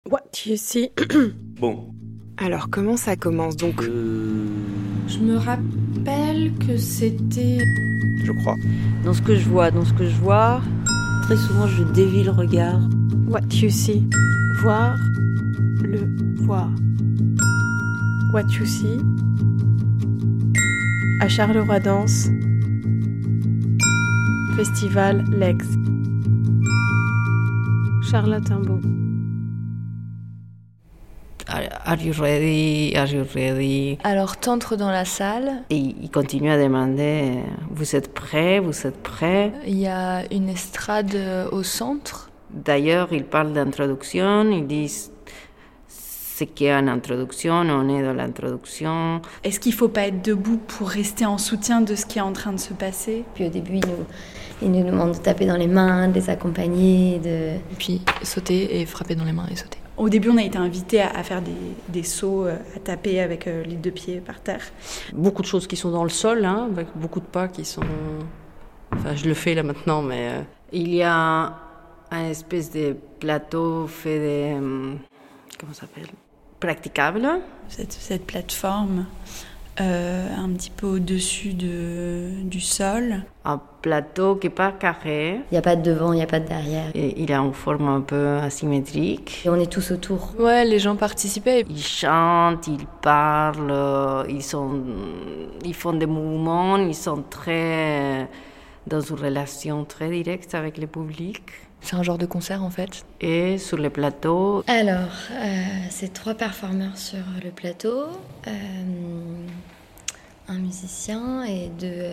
What you see. Bon. Alors, comment ça commence donc Je me rappelle que c'était... Je crois. Dans ce que je vois, très souvent je dévie le regard. What you see. Voir, le voir. What you see. À Charleroi Danse. Festival Legs. Charlotte Imbaud. Are you ready? Are you ready? Alors t'entres dans la salle. Et il continue à demander, vous êtes prêts? Vous êtes prêts? Il y a une estrade au centre. D'ailleurs, il parle d'introduction, il dit ce qu'il y a une introduction, on est dans l'introduction. Est-ce qu'il ne faut pas être debout pour rester en soutien de ce qui est en train de se passer? Puis au début, il nous demande de taper dans les mains, de les accompagner, Et puis sauter et frapper dans les mains et sauter. Au début, on a été invités à faire des sauts, à taper avec les deux pieds par terre. Beaucoup de choses qui sont dans le sol, avec beaucoup de pas qui sont... Enfin, je le fais là maintenant, mais... Il y a un espèce de plateau fait de... Comment ça s'appelle? Praticable. Cette plateforme un petit peu au-dessus du sol. Un plateau qui n'est pas carré. Il n'y a pas de devant, il n'y a pas de derrière. Et il a une forme un peu asymétrique. Et on est tous autour. Ouais, les gens participaient. Ils chantent, ils parlent, ils font des mouvements, ils sont très dans une relation très directe avec le public. C'est un genre de concert en fait. Et sur le plateau... Alors, c'est 3 performeurs sur le plateau, un musicien et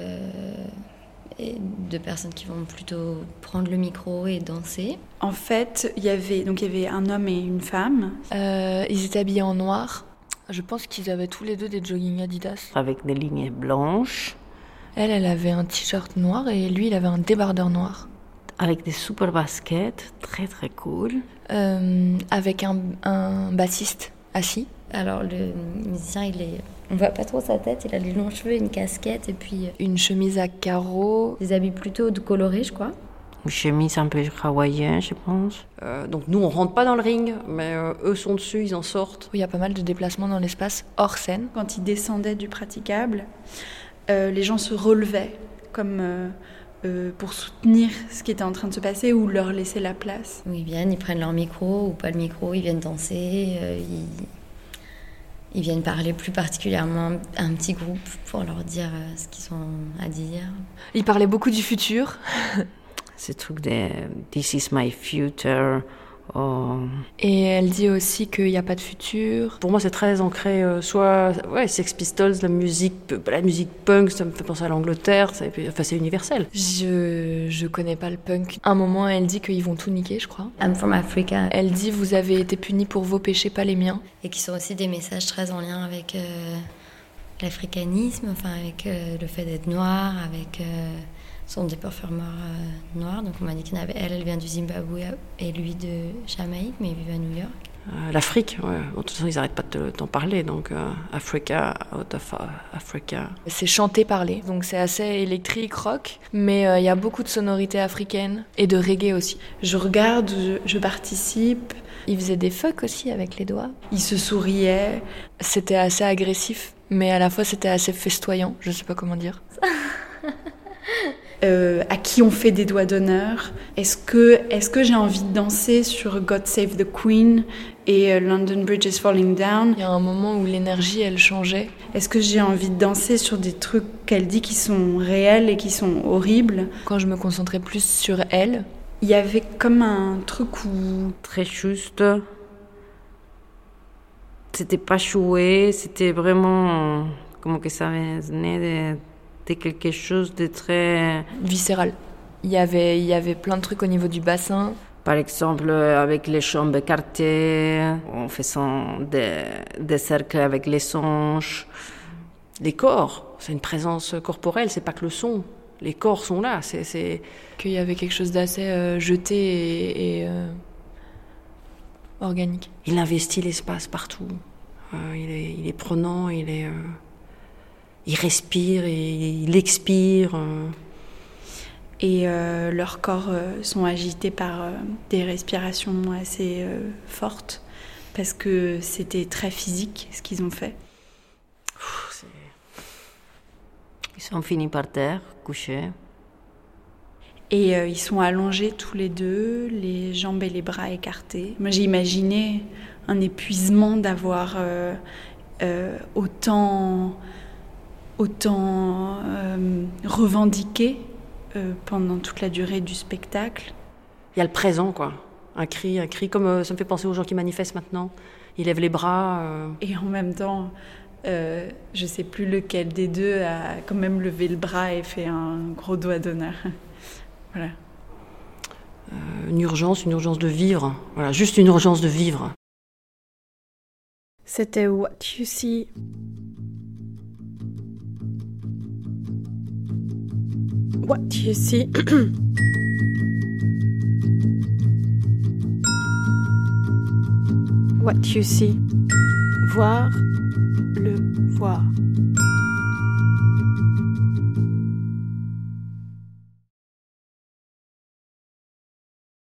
deux personnes qui vont plutôt prendre le micro et danser. En fait, il y avait un homme et une femme. Ils étaient habillés en noir. Je pense qu'ils avaient tous les deux des jogging Adidas. Avec des lignes blanches. Elle avait un t-shirt noir et lui, il avait un débardeur noir. Avec des super baskets, très très cool. Avec un bassiste assis. Alors le musicien, on voit pas trop sa tête, il a les longs cheveux, une casquette et puis... Une chemise à carreaux. Des habits plutôt colorés, je crois. Une chemise un peu hawaïenne, je pense. Donc nous, on rentre pas dans le ring, mais eux sont dessus, ils en sortent. Il y a pas mal de déplacements dans l'espace hors scène. Quand ils descendaient du praticable, les gens se relevaient comme... pour soutenir ce qui était en train de se passer ou leur laisser la place. Ils viennent, ils prennent leur micro ou pas le micro, ils viennent danser, ils viennent parler plus particulièrement à un petit groupe pour leur dire ce qu'ils ont à dire. Ils parlaient beaucoup du futur. Ce truc de « This is my future ». Et elle dit aussi qu'il n'y a pas de futur. Pour moi, c'est très ancré, Sex Pistols, la musique punk, ça me fait penser à l'Angleterre, c'est universel. Je connais pas le punk. À un moment, elle dit qu'ils vont tout niquer, je crois. I'm from Africa. Elle dit « Vous avez été punis pour vos péchés, pas les miens ». Et qui sont aussi des messages très en lien avec l'africanisme, avec le fait d'être noir, avec... sont des performeurs noirs, donc on m'a dit elle vient du Zimbabwe et lui de Jamaïque, mais ils vivent à New York. L'Afrique, ouais. De toute façon, ils n'arrêtent pas d'en parler, donc Africa, out of Africa. C'est chanté-parler, donc c'est assez électrique, rock, mais il y a beaucoup de sonorités africaines et de reggae aussi. Je regarde, je participe. Ils faisaient des fuck aussi avec les doigts. Ils se souriaient. C'était assez agressif, mais à la fois c'était assez festoyant, je sais pas comment dire. À qui on fait des doigts d'honneur. Est-ce que j'ai envie de danser sur God Save the Queen et London Bridge is Falling Down? Il y a un moment où l'énergie, elle changeait. Est-ce que j'ai envie de danser sur des trucs qu'elle dit qui sont réels et qui sont horribles? Quand je me concentrais plus sur elle, il y avait comme un truc où... Très juste. C'était pas joué, c'était vraiment... Comme que ça venait de quelque chose de très... viscéral. Il y avait plein de trucs au niveau du bassin. Par exemple, avec les jambes écartées, en faisant des cercles avec les hanches. Les corps, c'est une présence corporelle, c'est pas que le son. Les corps sont là, c'est... Qu'il y avait quelque chose d'assez jeté et organique. Il investit l'espace partout. Il est prenant, il respire et il expire. Et leurs corps sont agités par des respirations assez fortes. parce que c'était très physique ce qu'ils ont fait. Ils sont finis par terre, couchés. Et ils sont allongés tous les deux, les jambes et les bras écartés. Moi, j'ai imaginé un épuisement d'avoir autant revendiqué pendant toute la durée du spectacle. Il y a le présent, quoi. Un cri, comme ça me fait penser aux gens qui manifestent maintenant. Ils lèvent les bras. Et en même temps, je sais plus lequel des deux a quand même levé le bras et fait un gros doigt d'honneur. Voilà. Une urgence de vivre. Voilà, juste une urgence de vivre. C'était What You See. What You See. What You See. Voir le voir.